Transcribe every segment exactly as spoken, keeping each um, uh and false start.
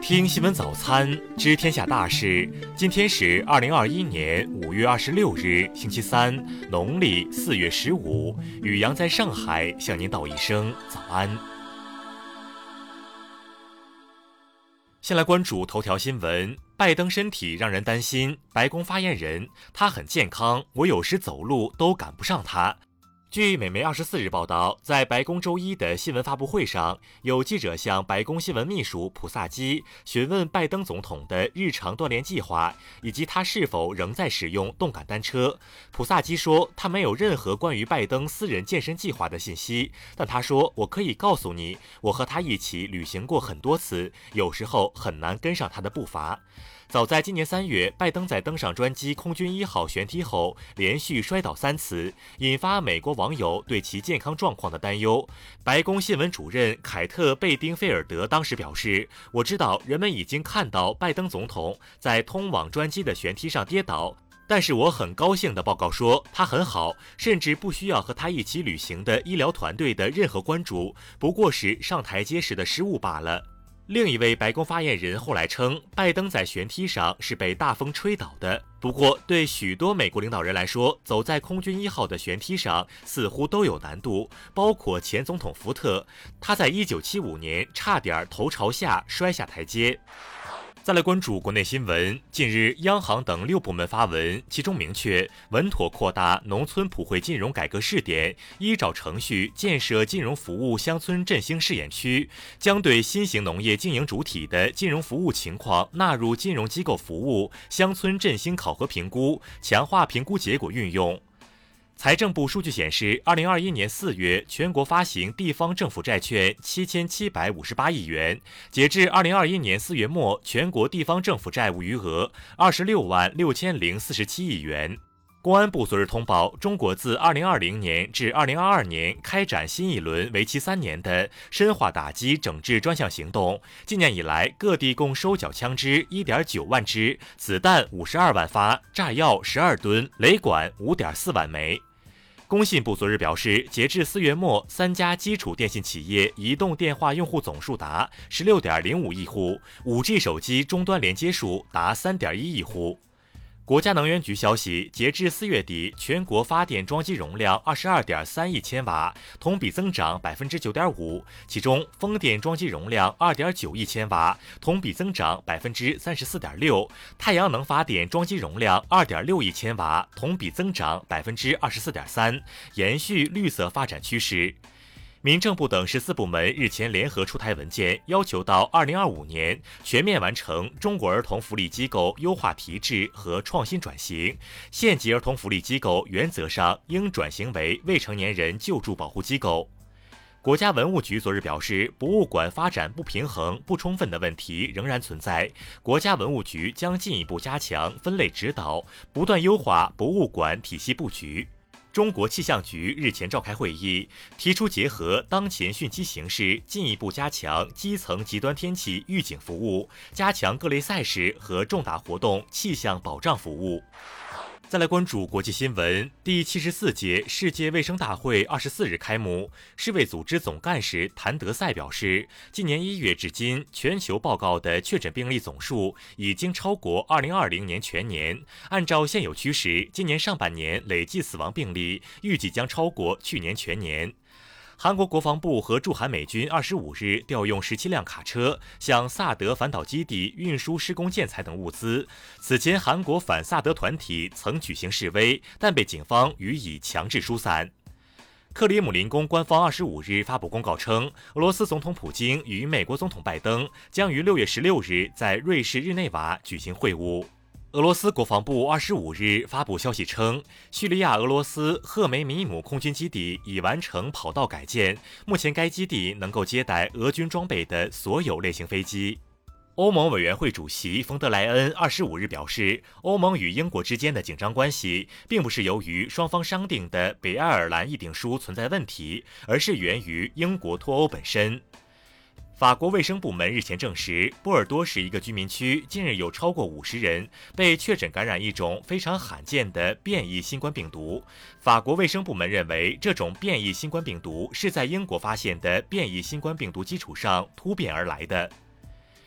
听新闻早餐，知天下大事。今天是二零二一年五月二十六日，星期三，农历四月十五。宇阳在上海向您道一声早安。先来关注头条新闻。拜登身体让人担心，白宫发言人他很健康，我有时走路都赶不上他。据美媒二十四日报道，在白宫周一的新闻发布会上，有记者向白宫新闻秘书普萨基询问拜登总统的日常锻炼计划，以及他是否仍在使用动感单车。普萨基说，他没有任何关于拜登私人健身计划的信息，但他说，我可以告诉你，我和他一起旅行过很多次，有时候很难跟上他的步伐。早在今年三月，拜登在登上专机空军一号舷梯后，连续摔倒三次，引发美国网友对其健康状况的担忧。白宫新闻主任凯特·贝丁菲尔德当时表示，我知道人们已经看到拜登总统在通往专机的舷梯上跌倒，但是我很高兴地报告说，他很好，甚至不需要和他一起旅行的医疗团队的任何关注，不过是上台阶时的失误罢了。另一位白宫发言人后来称，拜登在舷梯上是被大风吹倒的。不过，对许多美国领导人来说，走在空军一号的舷梯上似乎都有难度，包括前总统福特，他在一九七五年差点头朝下摔下台阶。再来关注国内新闻。近日，央行等六部门发文，其中明确稳妥扩大农村普惠金融改革试点，依照程序建设金融服务乡村振兴试验区，将对新型农业经营主体的金融服务情况纳入金融机构服务乡村振兴考核评估，强化评估结果运用。财政部数据显示，二零二一年四月，全国发行地方政府债券七千七百五十八亿元，截至二零二一年四月末，全国地方政府债务余额二十六万六千零四十七亿元。公安部昨日通报，中国自二零二零年至二零二二年开展新一轮为期三年的深化打击整治专项行动。今年以来，各地共收缴枪支一点九万支，子弹五十二万发，炸药十二吨，雷管五点四万枚。工信部昨日表示，截至四月末，三家基础电信企业移动电话用户总数达十六点零五亿户， 五 G 手机终端连接数达三点一亿户。国家能源局消息，截至四月底，全国发电装机容量二十二点三亿千瓦，同比增长百分之九点五。其中，风电装机容量二点九亿千瓦，同比增长百分之三十四点六；太阳能发电装机容量二点六亿千瓦，同比增长百分之二十四点三，延续绿色发展趋势。民政部等十四部门日前联合出台文件，要求到二零二五年全面完成中国儿童福利机构优化提质和创新转型。县级儿童福利机构原则上应转型为未成年人救助保护机构。国家文物局昨日表示，博物馆发展不平衡、不充分的问题仍然存在，国家文物局将进一步加强分类指导，不断优化博物馆体系布局。中国气象局日前召开会议，提出结合当前汛期形势，进一步加强基层极端天气预警服务，加强各类赛事和重大活动气象保障服务。再来关注国际新闻。第七十四届世界卫生大会二十四日开幕，世卫组织总干事谭德赛表示，今年一月至今，全球报告的确诊病例总数已经超过二零二零年全年。按照现有趋势，今年上半年累计死亡病例预计将超过去年全年。韩国国防部和驻韩美军二十五日调用十七辆卡车，向萨德反导基地运输施工建材等物资。此前，韩国反萨德团体曾举行示威，但被警方予以强制疏散。克里姆林宫官方二十五日发布公告称，俄罗斯总统普京与美国总统拜登将于六月十六日在瑞士日内瓦举行会晤。俄罗斯国防部二十五日发布消息称，叙利亚俄罗斯赫梅米姆空军基地已完成跑道改建，目前该基地能够接待俄军装备的所有类型飞机。欧盟委员会主席冯德莱恩二十五日表示，欧盟与英国之间的紧张关系并不是由于双方商定的北爱尔兰议定书存在问题，而是源于英国脱欧本身。法国卫生部门日前证实，波尔多是一个居民区，近日有超过五十人被确诊感染一种非常罕见的变异新冠病毒。法国卫生部门认为，这种变异新冠病毒是在英国发现的变异新冠病毒基础上突变而来的。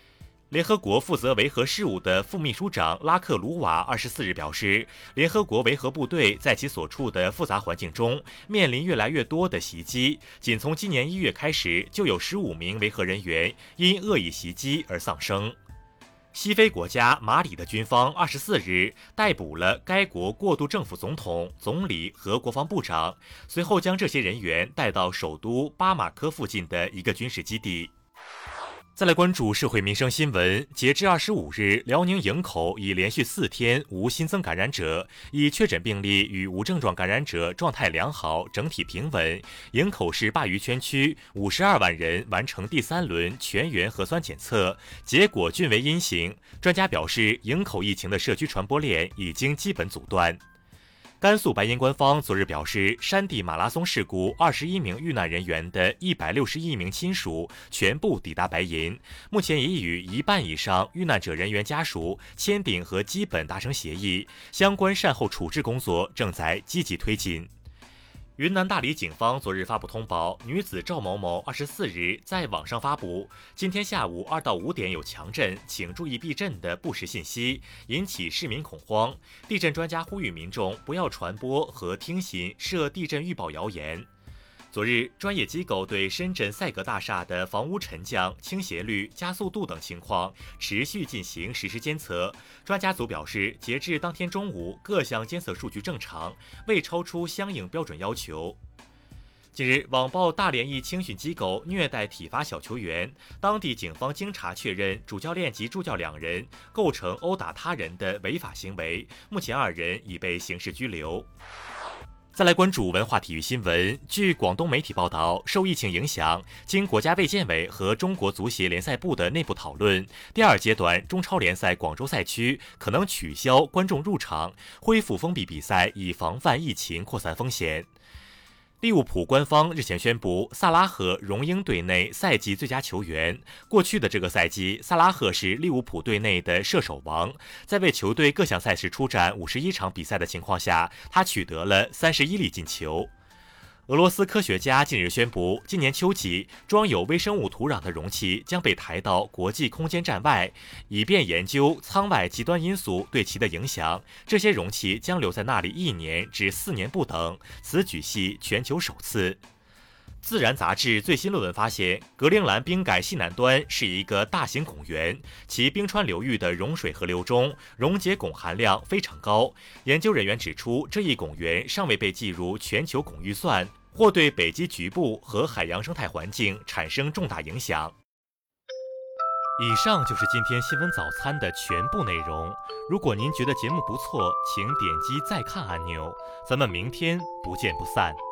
联合国负责维和事务的副秘书长拉克鲁瓦二十四日表示，联合国维和部队在其所处的复杂环境中面临越来越多的袭击。仅从今年一月开始，就有十五名维和人员因恶意袭击而丧生。西非国家马里的军方二十四日逮捕了该国过渡政府总统、总理和国防部长，随后将这些人员带到首都巴马科附近的一个军事基地。再来关注社会民生新闻。截至二十五日，辽宁营口已连续四天无新增感染者，已确诊病例与无症状感染者状态良好，整体平稳。营口市鲅鱼圈区五十二万人完成第三轮全员核酸检测，结果均为阴性。专家表示，营口疫情的社区传播链已经基本阻断。甘肃白银官方昨日表示，山地马拉松事故二十一名遇难人员的一百六十一名亲属全部抵达白银，目前已与一半以上遇难者人员家属签订和基本达成协议，相关善后处置工作正在积极推进。云南大理警方昨日发布通报，女子赵某某二十四日在网上发布今天下午二到五点有强震，请注意避震的不实信息，引起市民恐慌。地震专家呼吁民众不要传播和听信涉地震预报谣言。昨日，专业机构对深圳赛格大厦的房屋沉降、倾斜率、加速度等情况持续进行实时监测。专家组表示，截至当天中午，各项监测数据正常，未超出相应标准要求。近日，网曝大连一青训机构虐待体罚小球员，当地警方经查确认，主教练及助教两人构成殴打他人的违法行为，目前二人已被刑事拘留。再来关注文化体育新闻。据广东媒体报道，受疫情影响，经国家卫健委和中国足协联赛部的内部讨论，第二阶段中超联赛广州赛区可能取消观众入场，恢复封闭比赛，以防范疫情扩散风险。利物浦官方日前宣布，萨拉赫荣膺队内赛季最佳球员。过去的这个赛季，萨拉赫是利物浦队内的射手王，在为球队各项赛事出战五十一场比赛的情况下，他取得了三十一粒进球。俄罗斯科学家近日宣布，今年秋季装有微生物土壤的容器将被抬到国际空间站外，以便研究舱外极端因素对其的影响。这些容器将留在那里一年至四年不等，此举系全球首次。自然杂志最新论文发现，格陵兰冰盖西南端是一个大型汞源，其冰川流域的溶水河流中溶解汞含量非常高。研究人员指出，这一汞源尚未被计入全球汞预算，或对北极局部和海洋生态环境产生重大影响。以上就是今天新闻早餐的全部内容。如果您觉得节目不错，请点击再看按钮。咱们明天不见不散。